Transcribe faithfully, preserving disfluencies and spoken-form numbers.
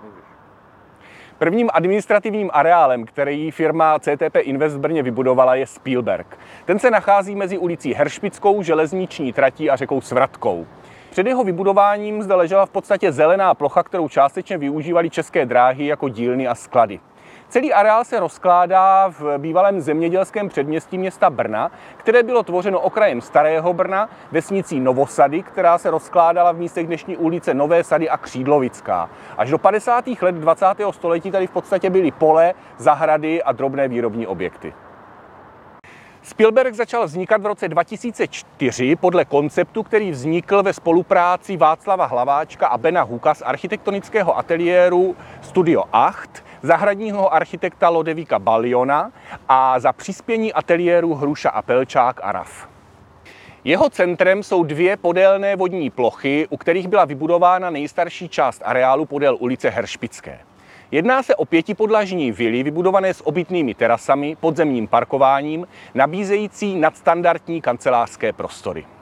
Prvním administrativním areálem, který firma C T P Invest v Brně vybudovala, je Spielberg. Ten se nachází mezi ulicí Heršpickou, železniční tratí a řekou Svratkou. Před jeho vybudováním zde ležela v podstatě zelená plocha, kterou částečně využívaly České dráhy jako dílny a sklady. Celý areál se rozkládá v bývalém zemědělském předměstí města Brna, které bylo tvořeno okrajem Starého Brna, vesnicí Novosady, která se rozkládala v místech dnešní ulice Nové Sady a Křídlovická. Až do padesátých let dvacátého století tady v podstatě byly pole, zahrady a drobné výrobní objekty. Spielberg začal vznikat v roce dva tisíce čtyři podle konceptu, který vznikl ve spolupráci Václava Hlaváčka a Bena Huka z architektonického ateliéru Studio acht, zahradního architekta Lodevíka Baliona a za přispění ateliéru Hruša a Pelčák a Raf. Jeho centrem jsou dvě podélné vodní plochy, u kterých byla vybudována nejstarší část areálu podél ulice Heršpické. Jedná se o pětipodlažní vily vybudované s obytnými terasami, podzemním parkováním, nabízející nadstandardní kancelářské prostory.